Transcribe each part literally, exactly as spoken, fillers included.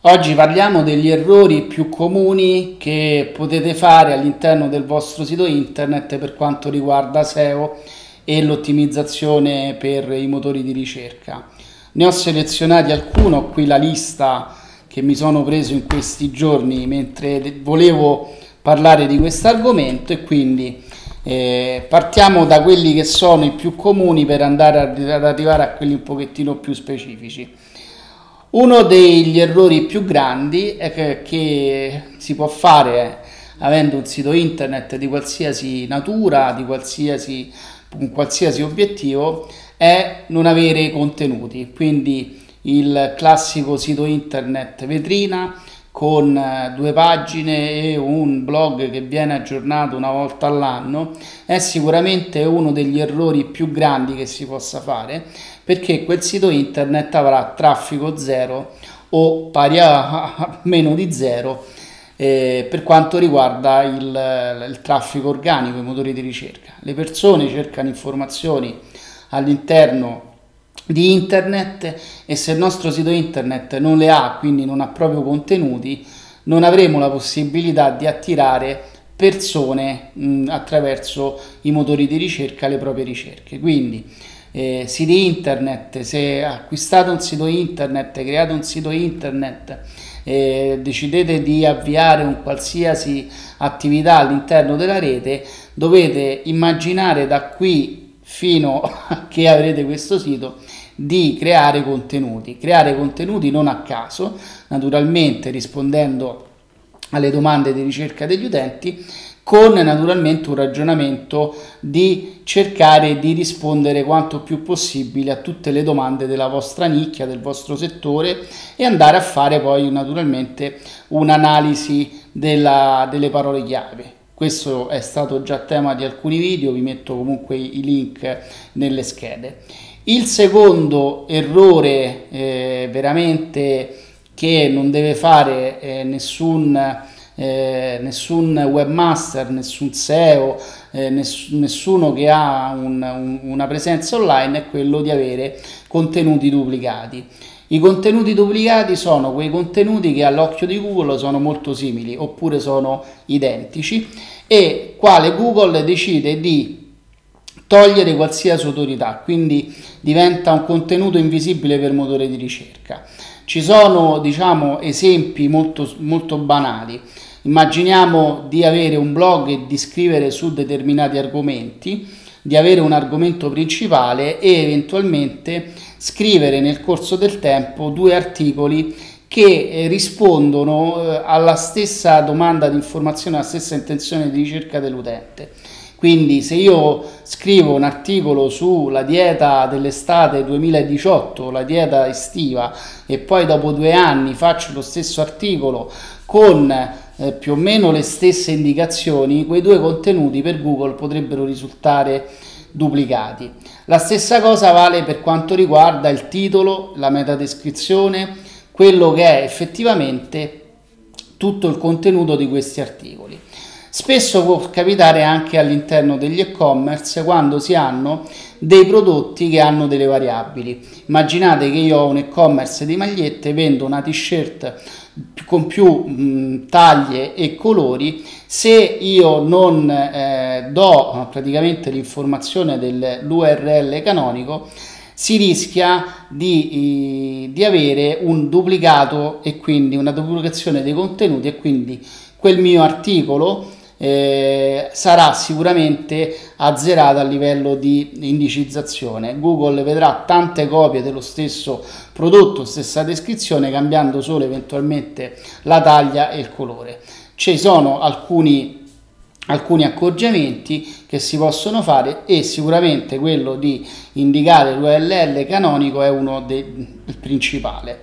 Oggi parliamo degli errori più comuni che potete fare all'interno del vostro sito internet per quanto riguarda S E O e l'ottimizzazione per i motori di ricerca. Ne ho selezionati alcuni, ho qui la lista che mi sono preso in questi giorni mentre volevo parlare di questo argomento e quindi eh, partiamo da quelli che sono i più comuni per andare ad arrivare a quelli un pochettino più specifici. Uno degli errori più grandi è che, che si può fare avendo un sito internet di qualsiasi natura, di qualsiasi, con qualsiasi obiettivo, è non avere contenuti. Quindi il classico sito internet vetrina con due pagine e un blog che viene aggiornato una volta all'anno è sicuramente uno degli errori più grandi che si possa fare, perché quel sito internet avrà traffico zero o pari a, a meno di zero eh, per quanto riguarda il, il traffico organico, i motori di ricerca. Le persone cercano informazioni all'interno di internet e se il nostro sito internet non le ha, quindi non ha proprio contenuti, non avremo la possibilità di attirare persone mh, attraverso i motori di ricerca alle proprie ricerche. Quindi eh, siti internet, se acquistate un sito internet, create un sito internet, eh, decidete di avviare un qualsiasi attività all'interno della rete, dovete immaginare da qui fino a che avrete questo sito di creare contenuti, creare contenuti non a caso, naturalmente rispondendo alle domande di ricerca degli utenti, con naturalmente un ragionamento di cercare di rispondere quanto più possibile a tutte le domande della vostra nicchia, del vostro settore e andare a fare poi naturalmente un'analisi della, delle parole chiave. Questo è stato già tema di alcuni video, vi metto comunque i link nelle schede. Il secondo errore eh, veramente che non deve fare eh, nessun, eh, nessun webmaster, nessun S E O, eh, ness- nessuno che ha un, un, una presenza online è quello di avere contenuti duplicati. I contenuti duplicati sono quei contenuti che all'occhio di Google sono molto simili oppure sono identici e quale Google decide di togliere qualsiasi autorità, quindi diventa un contenuto invisibile per motore di ricerca. Ci sono, diciamo, esempi molto, molto banali. Immaginiamo di avere un blog e di scrivere su determinati argomenti, di avere un argomento principale e eventualmente scrivere nel corso del tempo due articoli che rispondono alla stessa domanda di informazione, alla stessa intenzione di ricerca dell'utente. Quindi se io scrivo un articolo sulla dieta dell'estate duemiladiciotto, la dieta estiva, e poi dopo due anni faccio lo stesso articolo con eh, più o meno le stesse indicazioni, quei due contenuti per Google potrebbero risultare duplicati. La stessa cosa vale per quanto riguarda il titolo, la metadescrizione, quello che è effettivamente tutto il contenuto di questi articoli. Spesso può capitare anche all'interno degli e-commerce quando si hanno dei prodotti che hanno delle variabili. Immaginate che io ho un e-commerce di magliette, vendo una t-shirt con più mh, taglie e colori. Se io non eh, do praticamente l'informazione dell'U R L canonico, si rischia di, di avere un duplicato e quindi una duplicazione dei contenuti e quindi quel mio articolo Eh, sarà sicuramente azzerato a livello di indicizzazione. Google vedrà tante copie dello stesso prodotto, stessa descrizione, cambiando solo eventualmente la taglia e il colore. Ci sono alcuni alcuni accorgimenti che si possono fare e sicuramente quello di indicare l'U R L canonico è uno dei principali.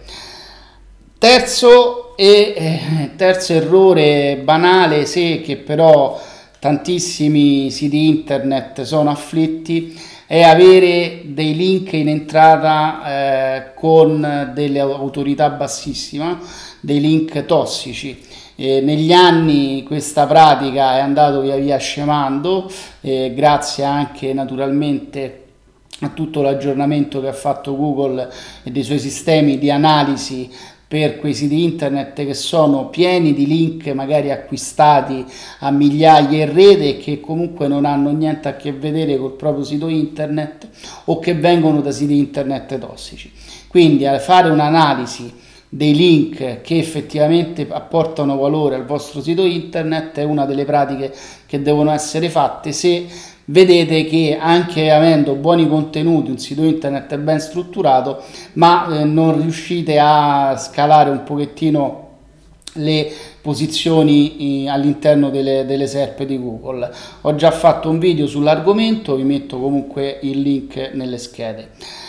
Terzo e eh, terzo errore banale, se che però tantissimi siti internet sono afflitti, è avere dei link in entrata eh, con delle autorità bassissime, dei link tossici. Eh, negli anni questa pratica è andata via via scemando, eh, grazie anche naturalmente a tutto l'aggiornamento che ha fatto Google e dei suoi sistemi di analisi per quei siti internet che sono pieni di link magari acquistati a migliaia in rete e che comunque non hanno niente a che vedere col proprio sito internet o che vengono da siti internet tossici. Quindi a fare un'analisi dei link che effettivamente apportano valore al vostro sito internet è una delle pratiche che devono essere fatte se vedete che anche avendo buoni contenuti, un sito internet ben strutturato, ma eh, non riuscite a scalare un pochettino le posizioni eh, all'interno delle, delle S E R P di Google. Ho già fatto un video sull'argomento, vi metto comunque il link nelle schede.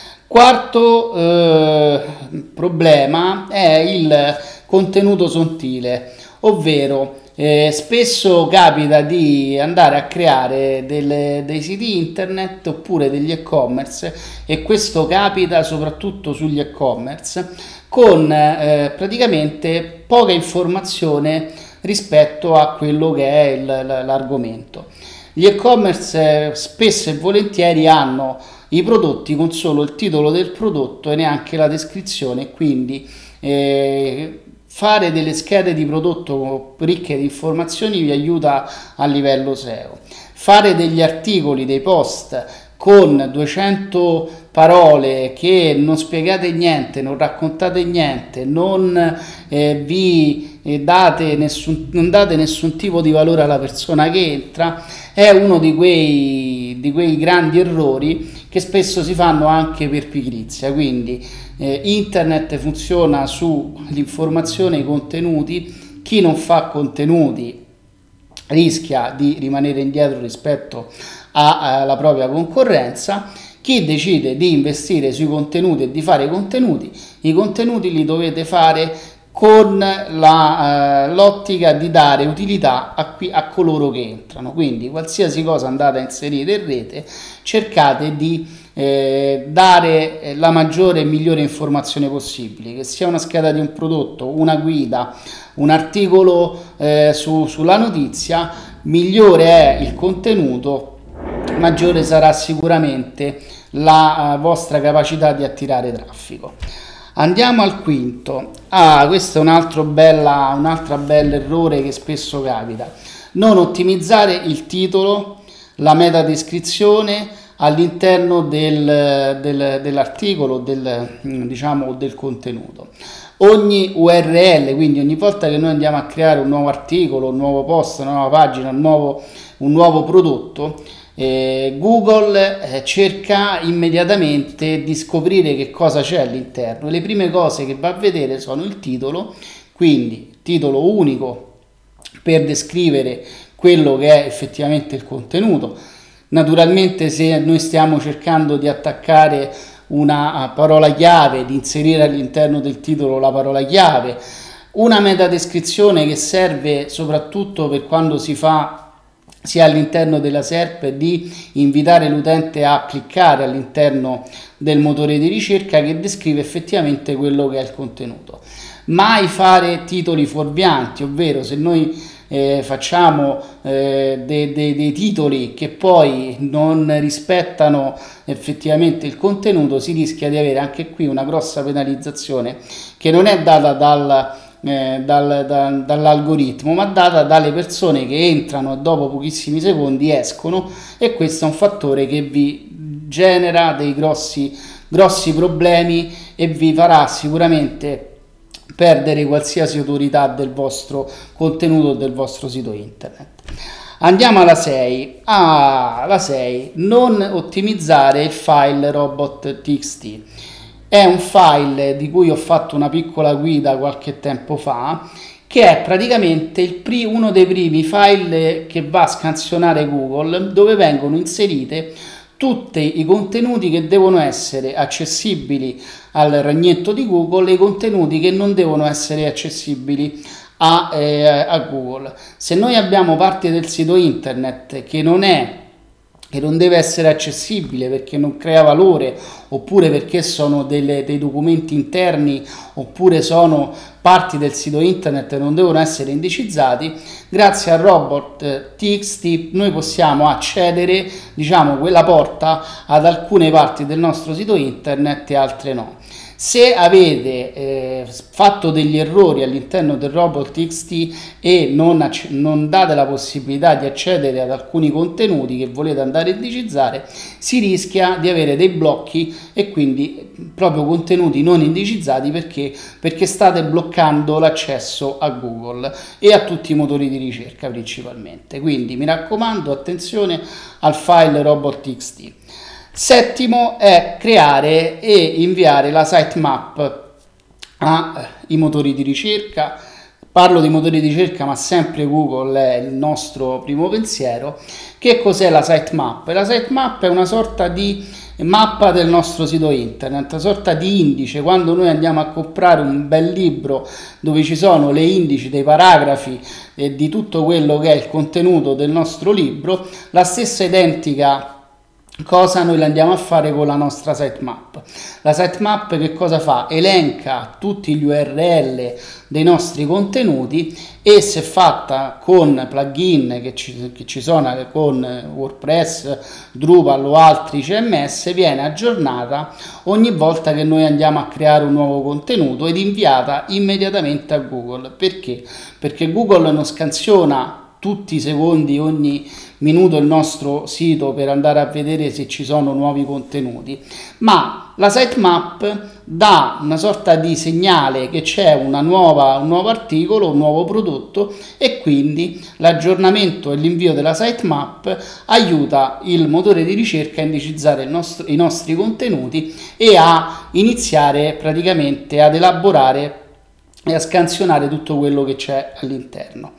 Quarto eh, problema è il contenuto sottile, ovvero eh, spesso capita di andare a creare delle, dei siti internet oppure degli e-commerce, e questo capita soprattutto sugli e-commerce, con eh, praticamente poca informazione rispetto a quello che è il, l'argomento. Gli e-commerce spesso e volentieri hanno i prodotti con solo il titolo del prodotto e neanche la descrizione, quindi eh, fare delle schede di prodotto ricche di informazioni vi aiuta a livello S E O. Fare degli articoli, dei post con duecento parole che non spiegate niente, non raccontate niente, non eh, vi eh, date nessun, non date nessun tipo di valore alla persona che entra, è uno di quei, di quei grandi errori che spesso si fanno anche per pigrizia. Quindi eh, internet funziona sull'informazione e i contenuti. Chi non fa contenuti rischia di rimanere indietro rispetto alla propria concorrenza. Chi decide di investire sui contenuti e di fare contenuti, i contenuti li dovete fare con la, eh, l'ottica di dare utilità a, qui, a coloro che entrano. Quindi qualsiasi cosa andate a inserire in rete, cercate di eh, dare la maggiore e migliore informazione possibile, che sia una scheda di un prodotto, una guida, un articolo eh, su, sulla notizia. Migliore è il contenuto, maggiore sarà sicuramente la uh, vostra capacità di attirare traffico. Andiamo al quinto. Ah, questo è un altro bella, un altro bel errore che spesso capita: non ottimizzare il titolo, la meta descrizione all'interno del, del, dell'articolo, del, diciamo, del contenuto. Ogni U R L, quindi ogni volta che noi andiamo a creare un nuovo articolo, un nuovo post, una nuova pagina, un nuovo, un nuovo prodotto, Eh, Google eh, cerca immediatamente di scoprire che cosa c'è all'interno. Le prime cose che va a vedere sono il titolo, quindi titolo unico per descrivere quello che è effettivamente il contenuto. Naturalmente, se noi stiamo cercando di attaccare una parola chiave, di inserire all'interno del titolo la parola chiave, una metadescrizione che serve soprattutto per quando si fa sia all'interno della S E R P, di invitare l'utente a cliccare all'interno del motore di ricerca che descrive effettivamente quello che è il contenuto. Mai fare titoli fuorvianti, ovvero se noi eh, facciamo eh, dei, dei, dei titoli che poi non rispettano effettivamente il contenuto, si rischia di avere anche qui una grossa penalizzazione che non è data dal Eh, dal, dal, dall'algoritmo, ma data dalle persone che entrano e dopo pochissimi secondi escono, e questo è un fattore che vi genera dei grossi, grossi problemi e vi farà sicuramente perdere qualsiasi autorità del vostro contenuto, del vostro sito internet. Andiamo alla sei. Ah, la sei. Non ottimizzare il file robot.txt. È un file di cui ho fatto una piccola guida qualche tempo fa, che è praticamente il pri- uno dei primi file che va a scansionare Google, dove vengono inserite tutti i contenuti che devono essere accessibili al ragnetto di Google e i contenuti che non devono essere accessibili a, eh, a Google. Se noi abbiamo parte del sito internet che non è che non deve essere accessibile perché non crea valore, oppure perché sono delle, dei documenti interni, oppure sono parti del sito internet e non devono essere indicizzati, grazie a robot.txt noi possiamo accedere, diciamo, quella porta ad alcune parti del nostro sito internet e altre no. Se avete eh, fatto degli errori all'interno del robot X T e non, non date la possibilità di accedere ad alcuni contenuti che volete andare a indicizzare, si rischia di avere dei blocchi e quindi proprio contenuti non indicizzati perché, perché state bloccando l'accesso a Google e a tutti i motori di ricerca principalmente. Quindi mi raccomando, attenzione al file robot X T. Settimo è creare e inviare la sitemap ai motori di ricerca. Parlo di motori di ricerca, ma sempre Google è il nostro primo pensiero. Che cos'è la sitemap? La sitemap è una sorta di mappa del nostro sito internet, una sorta di indice. Quando noi andiamo a comprare un bel libro dove ci sono le indici dei paragrafi e di tutto quello che è il contenuto del nostro libro, la stessa identica cosa noi la andiamo a fare con la nostra sitemap. La sitemap che cosa fa? Elenca tutti gli U R L dei nostri contenuti e, se fatta con plugin che ci, che ci sono con WordPress, Drupal o altri C M S, viene aggiornata ogni volta che noi andiamo a creare un nuovo contenuto ed inviata immediatamente a Google. Perché? Perché Google non scansiona tutti i secondi, ogni minuto il nostro sito per andare a vedere se ci sono nuovi contenuti, ma la sitemap dà una sorta di segnale che c'è una nuova, un nuovo articolo, un nuovo prodotto, e quindi l'aggiornamento e l'invio della sitemap aiuta il motore di ricerca a indicizzare il nostro, i nostri contenuti e a iniziare praticamente ad elaborare e a scansionare tutto quello che c'è all'interno.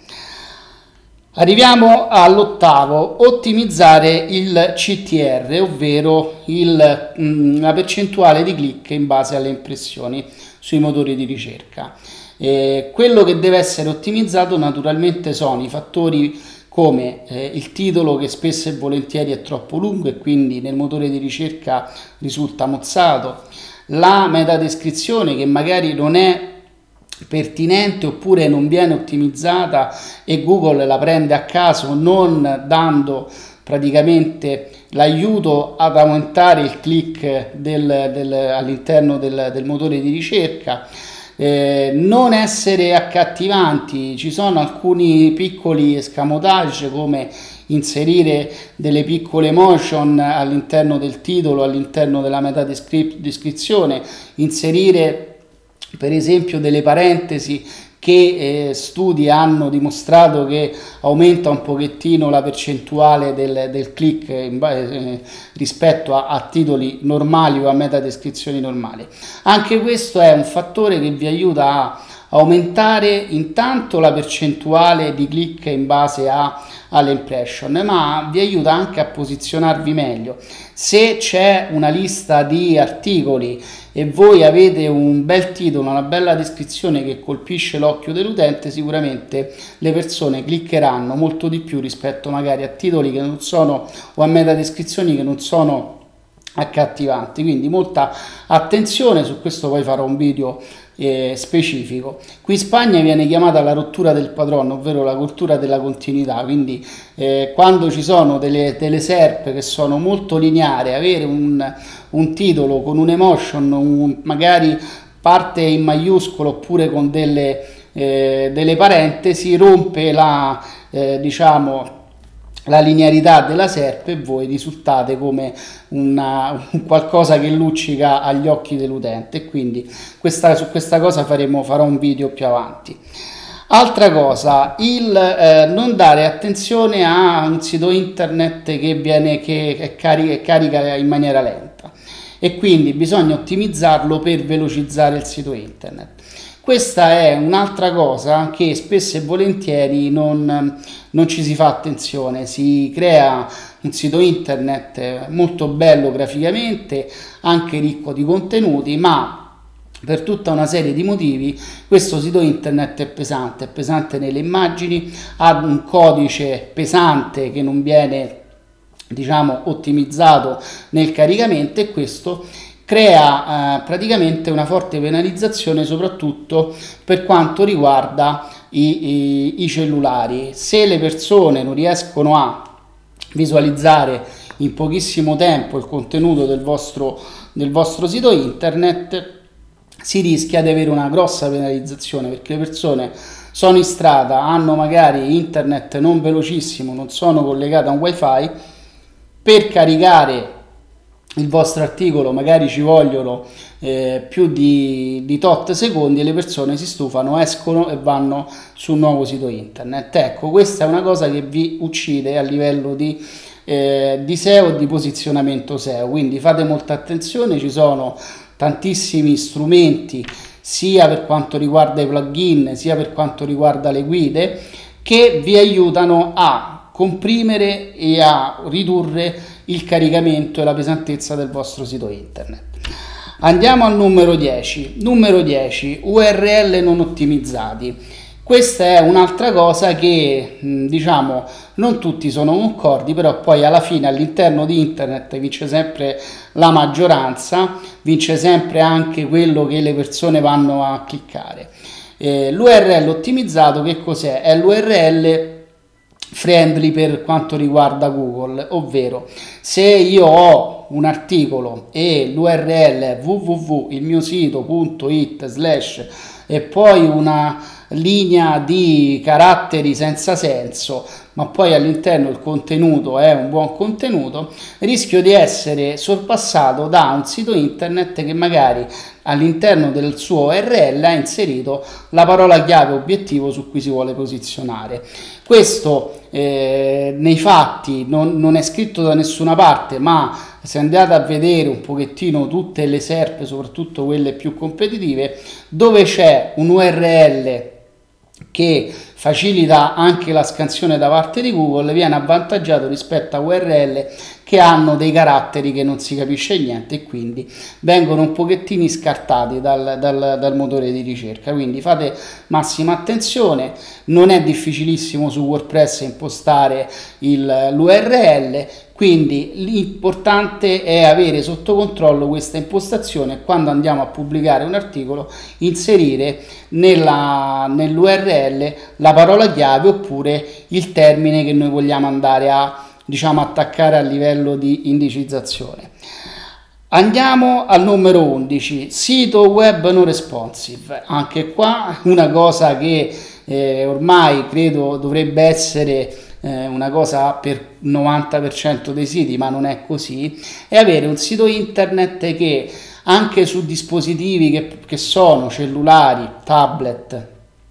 Arriviamo all'ottavo: ottimizzare il C T R, ovvero il, mh, la percentuale di click in base alle impressioni sui motori di ricerca. Eh, quello che deve essere ottimizzato naturalmente sono i fattori come eh, il titolo, che spesso e volentieri è troppo lungo e quindi nel motore di ricerca risulta mozzato, la metadescrizione che magari non è pertinente oppure non viene ottimizzata e Google la prende a caso, non dando praticamente l'aiuto ad aumentare il click del, del, all'interno del, del motore di ricerca. Eh, non essere accattivanti. Ci sono alcuni piccoli escamotage come inserire delle piccole emotion all'interno del titolo, all'interno della metadescrizione, inserire per esempio delle parentesi che eh, studi hanno dimostrato che aumenta un pochettino la percentuale del, del click in, eh, rispetto a, a titoli normali o a metadescrizioni normali. Anche questo è un fattore che vi aiuta a aumentare intanto la percentuale di click in base a, alle impression, ma vi aiuta anche a posizionarvi meglio. Se c'è una lista di articoli e voi avete un bel titolo, una bella descrizione che colpisce l'occhio dell'utente, sicuramente le persone cliccheranno molto di più rispetto magari a titoli che non sono o a metadescrizioni che non sono accattivanti. Quindi molta attenzione su questo, poi farò un video eh, specifico. Qui in Spagna viene chiamata la rottura del padrone, ovvero la cultura della continuità. Quindi eh, quando ci sono delle, delle S E R P che sono molto lineari, avere un, un titolo con un emotion, un, magari parte in maiuscolo oppure con delle, eh, delle parentesi, rompe la eh, diciamo la linearità della S E R P e voi risultate come una, un qualcosa che luccica agli occhi dell'utente. E quindi questa, su questa cosa faremo, farò un video più avanti. Altra cosa, il eh, non dare attenzione a un sito internet che viene che, che carica, carica in maniera lenta, e quindi bisogna ottimizzarlo per velocizzare il sito internet. Questa è un'altra cosa che spesso e volentieri non, non ci si fa attenzione. Si crea un sito internet molto bello graficamente, anche ricco di contenuti, ma per tutta una serie di motivi questo sito internet è pesante, è pesante nelle immagini, ha un codice pesante che non viene, diciamo, ottimizzato nel caricamento, e questo crea eh, praticamente una forte penalizzazione soprattutto per quanto riguarda i, i, i cellulari. Se le persone non riescono a visualizzare in pochissimo tempo il contenuto del vostro, del vostro sito internet, si rischia di avere una grossa penalizzazione, perché le persone sono in strada, hanno magari internet non velocissimo, non sono collegate a un wifi, per caricare il vostro articolo magari ci vogliono eh, più di, di tot secondi e le persone si stufano, escono e vanno sul nuovo sito internet. Ecco, questa è una cosa che vi uccide a livello di, eh, di S E O, di posizionamento S E O, quindi fate molta attenzione, ci sono tantissimi strumenti sia per quanto riguarda i plugin sia per quanto riguarda le guide che vi aiutano a comprimere e a ridurre il caricamento e la pesantezza del vostro sito internet. Andiamo al numero dieci. Numero dieci, U R L non ottimizzati. Questa è un'altra cosa che diciamo non tutti sono concordi, però poi alla fine all'interno di internet vince sempre la maggioranza, vince sempre anche quello che le persone vanno a cliccare. Eh, L'U R L ottimizzato che cos'è? È l'U R L friendly per quanto riguarda Google, ovvero se io ho un articolo e l'U R L è www il mio sito punto it slash e poi una linea di caratteri senza senso, ma poi all'interno il contenuto è un buon contenuto, rischio di essere sorpassato da un sito internet che magari all'interno del suo U R L ha inserito la parola chiave obiettivo su cui si vuole posizionare. Questo eh, nei fatti non, non è scritto da nessuna parte, ma se andate a vedere un pochettino tutte le S E R P, soprattutto quelle più competitive, dove c'è un U R L che facilita anche la scansione da parte di Google, viene avvantaggiato rispetto a U R L che hanno dei caratteri che non si capisce niente e quindi vengono un pochettini scartati dal, dal, dal motore di ricerca. Quindi fate massima attenzione, non è difficilissimo su WordPress impostare l'U R L, quindi l'importante è avere sotto controllo questa impostazione e quando andiamo a pubblicare un articolo inserire nella, nell'U R L la parola chiave oppure il termine che noi vogliamo andare a diciamo attaccare a livello di indicizzazione. Andiamo al numero undici, sito web non responsive. Anche qua una cosa che eh, ormai credo dovrebbe essere eh, una cosa per il novanta per cento dei siti, ma non è così, è avere un sito internet che anche su dispositivi che, che sono cellulari, tablet,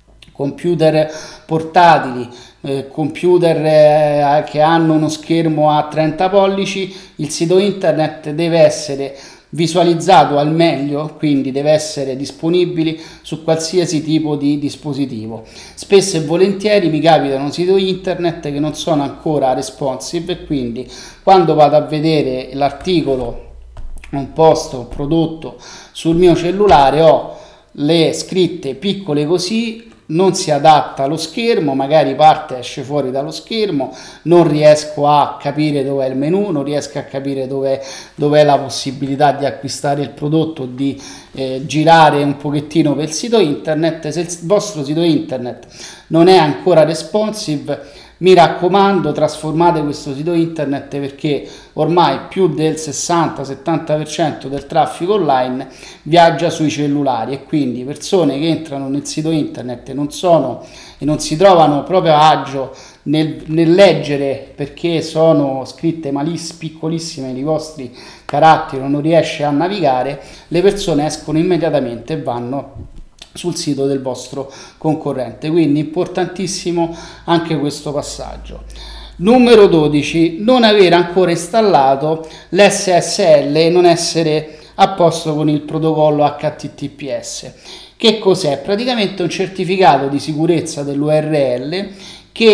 computer portatili, eh, computer eh, che hanno uno schermo a trenta pollici, il sito internet deve essere visualizzato al meglio, quindi deve essere disponibile su qualsiasi tipo di dispositivo. Spesso e volentieri mi capitano siti internet che non sono ancora responsive e quindi quando vado a vedere l'articolo, un post, un prodotto sul mio cellulare ho le scritte piccole così, non si adatta allo schermo, magari parte esce fuori dallo schermo, non riesco a capire dov'è il menu, non riesco a capire dov'è, dov'è la possibilità di acquistare il prodotto, di eh, girare un pochettino per il sito internet. Se il vostro sito internet non è ancora responsive, mi raccomando, trasformate questo sito internet perché ormai più del sessanta settanta per cento del traffico online viaggia sui cellulari e quindi persone che entrano nel sito internet e non sono e non si trovano proprio a agio nel, nel leggere perché sono scritte malissime, piccolissime i vostri caratteri, non riesce a navigare, le persone escono immediatamente e vanno sul sito del vostro concorrente, quindi importantissimo anche questo passaggio. Numero dodici, non avere ancora installato l'S S L e non essere a posto con il protocollo H T T P S. Che cos'è? Praticamente un certificato di sicurezza dell'U R L che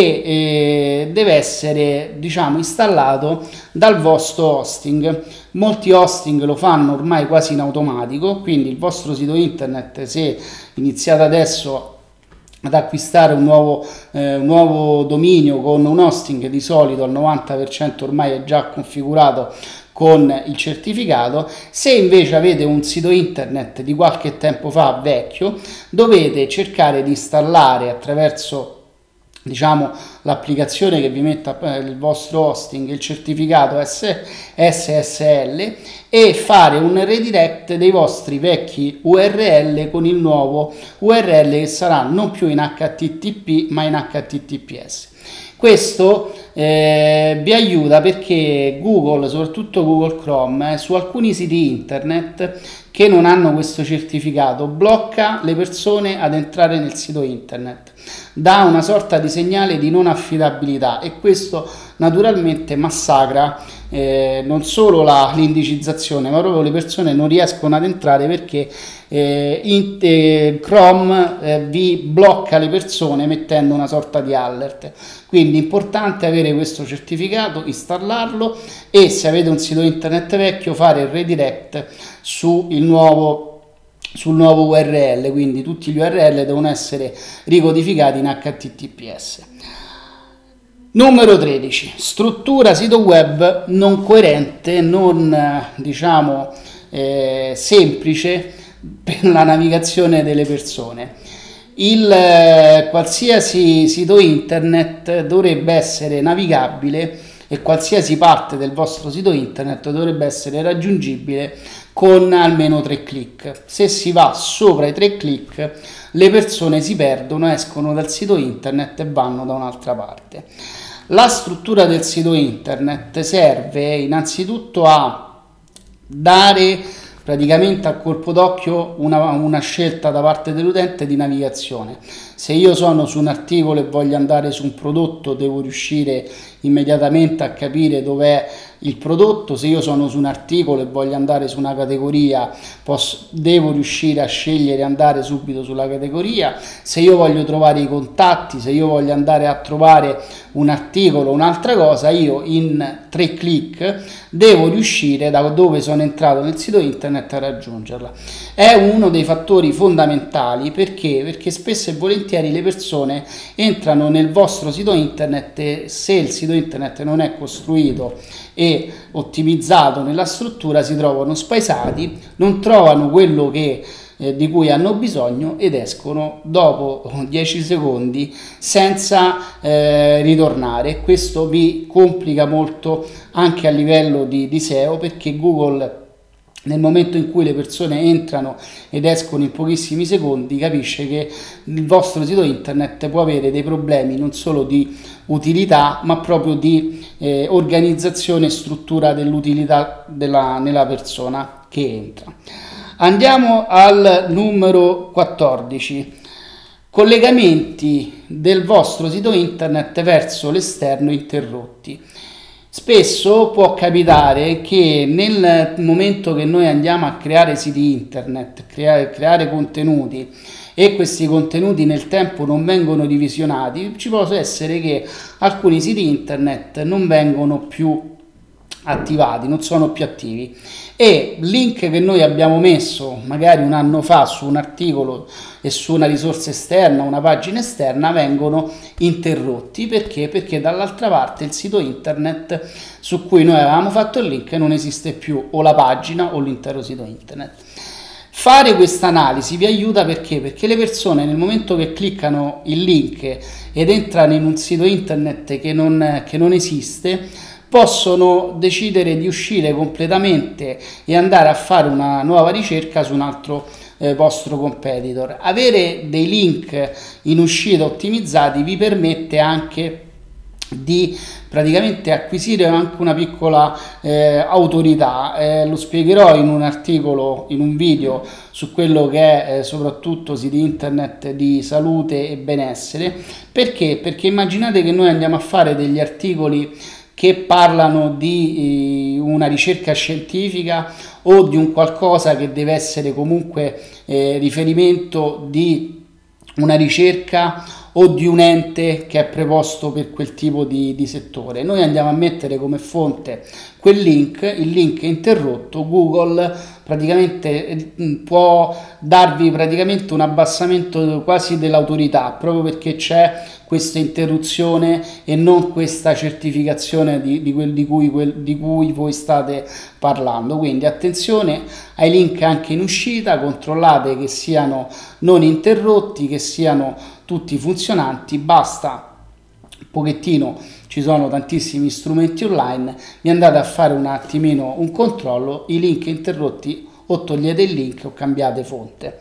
eh, deve essere diciamo installato dal vostro hosting. Molti hosting lo fanno ormai quasi in automatico, quindi il vostro sito internet, se iniziate adesso ad acquistare un nuovo, eh, un nuovo dominio con un hosting, di solito al novanta per cento ormai è già configurato con il certificato. Se invece avete un sito internet di qualche tempo fa vecchio, dovete cercare di installare attraverso diciamo l'applicazione che vi metta il vostro hosting il certificato S S L e fare un redirect dei vostri vecchi U R L con il nuovo U R L che sarà non più in H T T P ma in H T T P S. Questo eh, vi aiuta perché Google, soprattutto Google Chrome, eh, su alcuni siti internet che non hanno questo certificato, blocca le persone ad entrare nel sito internet, dà una sorta di segnale di non affidabilità e questo naturalmente massacra eh, non solo la, l'indicizzazione, ma proprio le persone non riescono ad entrare perché eh, in, eh, Chrome eh, vi blocca le persone mettendo una sorta di alert. Quindi è importante avere questo certificato, installarlo e se avete un sito internet vecchio fare il redirect sul nuovo sul nuovo U R L, quindi tutti gli U R L devono essere ricodificati in H T T P S. Numero tredici, struttura sito web non coerente, non diciamo eh, semplice per la navigazione delle persone. Il eh, qualsiasi sito internet dovrebbe essere navigabile e qualsiasi parte del vostro sito internet dovrebbe essere raggiungibile con almeno tre clic. Se si va sopra i tre clic, le persone si perdono, escono dal sito internet e vanno da un'altra parte. La struttura del sito internet serve innanzitutto a dare praticamente a colpo d'occhio una, una scelta da parte dell'utente di navigazione. Se io sono su un articolo e voglio andare su un prodotto, devo riuscire immediatamente a capire dov'è il prodotto. Se io sono su un articolo e voglio andare su una categoria, posso, devo riuscire a scegliere e andare subito sulla categoria. Se io voglio trovare i contatti, se io voglio andare a trovare un articolo, un'altra cosa, io in tre clic devo riuscire da dove sono entrato nel sito internet a raggiungerla. È uno dei fattori fondamentali perché, perché spesso e volentieri le persone entrano nel vostro sito internet e se il sito internet non è costruito e ottimizzato nella struttura si trovano spaesati, non trovano quello che eh, di cui hanno bisogno ed escono dopo dieci secondi senza eh, ritornare. Questo vi complica molto anche a livello di, di S E O perché Google nel momento in cui le persone entrano ed escono in pochissimi secondi capisce che il vostro sito internet può avere dei problemi non solo di utilità ma proprio di eh, organizzazione e struttura dell'utilità della, nella persona che entra. Andiamo al numero quattordici. Collegamenti del vostro sito internet verso l'esterno interrotti. Spesso può capitare che nel momento che noi andiamo a creare siti internet, creare, creare contenuti e questi contenuti nel tempo non vengono revisionati, ci può essere che alcuni siti internet non vengono più attivati, non sono più attivi e link che noi abbiamo messo magari un anno fa su un articolo e su una risorsa esterna, una pagina esterna, vengono interrotti. Perché? Perché dall'altra parte il sito internet su cui noi avevamo fatto il link non esiste più, o la pagina o l'intero sito internet. Fare questa analisi vi aiuta perché? Perché le persone nel momento che cliccano il link ed entrano in un sito internet che non, che non esiste, possono decidere di uscire completamente e andare a fare una nuova ricerca su un altro eh, vostro competitor. Avere dei link in uscita ottimizzati vi permette anche di praticamente acquisire anche una piccola eh, autorità. Eh, lo spiegherò in un articolo, in un video su quello che è eh, soprattutto siti internet di salute e benessere. Perché? Perché immaginate che noi andiamo a fare degli articoli che parlano di eh, una ricerca scientifica o di un qualcosa che deve essere comunque eh, riferimento di una ricerca o di un ente che è preposto per quel tipo di, di settore. Noi andiamo a mettere come fonte quel link, il link è interrotto, Google praticamente può darvi praticamente un abbassamento quasi dell'autorità proprio perché c'è questa interruzione e non questa certificazione di, di, quel, di, cui, quel, di cui voi state parlando. Quindi attenzione ai link anche in uscita, controllate che siano non interrotti, che siano tutti funzionanti. Basta un pochettino, ci sono tantissimi strumenti online, vi andate a fare un attimino un controllo, i link interrotti o togliete il link o cambiate fonte.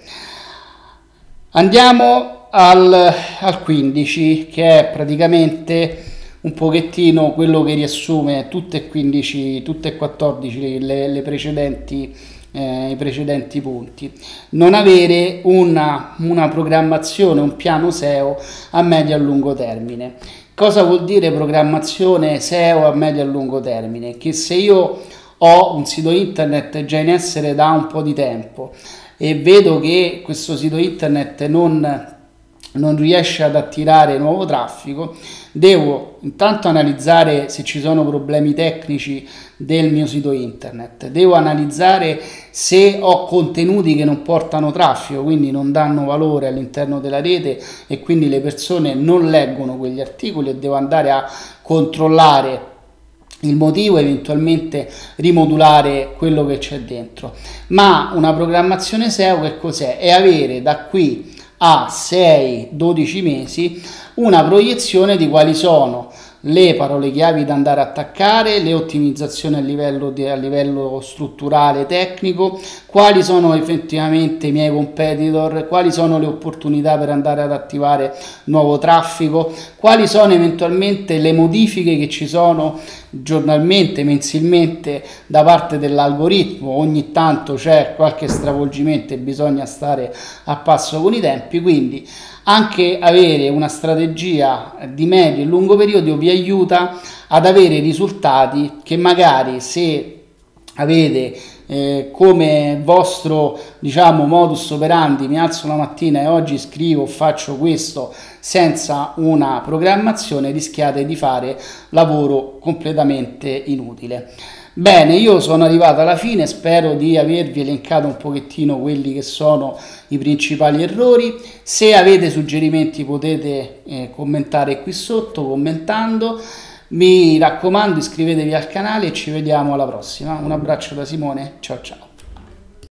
Andiamo al, al quindici, che è praticamente un pochettino quello che riassume tutte e quindici, tutte e quattordici le, le precedenti, eh, i precedenti punti. Non avere una, una programmazione, un piano S E O a medio e a lungo termine. Cosa vuol dire programmazione S E O a medio e a lungo termine? Che se io ho un sito internet già in essere da un po' di tempo e vedo che questo sito internet non, non riesce ad attirare nuovo traffico, devo intanto analizzare se ci sono problemi tecnici del mio sito internet, devo analizzare se ho contenuti che non portano traffico, quindi non danno valore all'interno della rete e quindi le persone non leggono quegli articoli, e devo andare a controllare il motivo, eventualmente rimodulare quello che c'è dentro. Ma una programmazione S E O che cos'è? È avere da qui a sei dodici mesi una proiezione di quali sono le parole chiavi da andare a attaccare, le ottimizzazioni a livello, di, a livello strutturale, tecnico, quali sono effettivamente i miei competitor, quali sono le opportunità per andare ad attivare nuovo traffico, quali sono eventualmente le modifiche che ci sono giornalmente, mensilmente da parte dell'algoritmo. Ogni tanto c'è qualche stravolgimento e bisogna stare a passo con i tempi, quindi anche avere una strategia di medio e lungo periodo vi aiuta ad avere risultati che magari, se avete eh, come vostro, diciamo, modus operandi mi alzo la mattina e oggi scrivo, faccio questo senza una programmazione, rischiate di fare lavoro completamente inutile. Bene, io sono arrivato alla fine, spero di avervi elencato un pochettino quelli che sono i principali errori. Se avete suggerimenti potete eh, commentare qui sotto, commentando. Mi raccomando, iscrivetevi al canale e ci vediamo alla prossima. Un abbraccio da Simone, ciao ciao.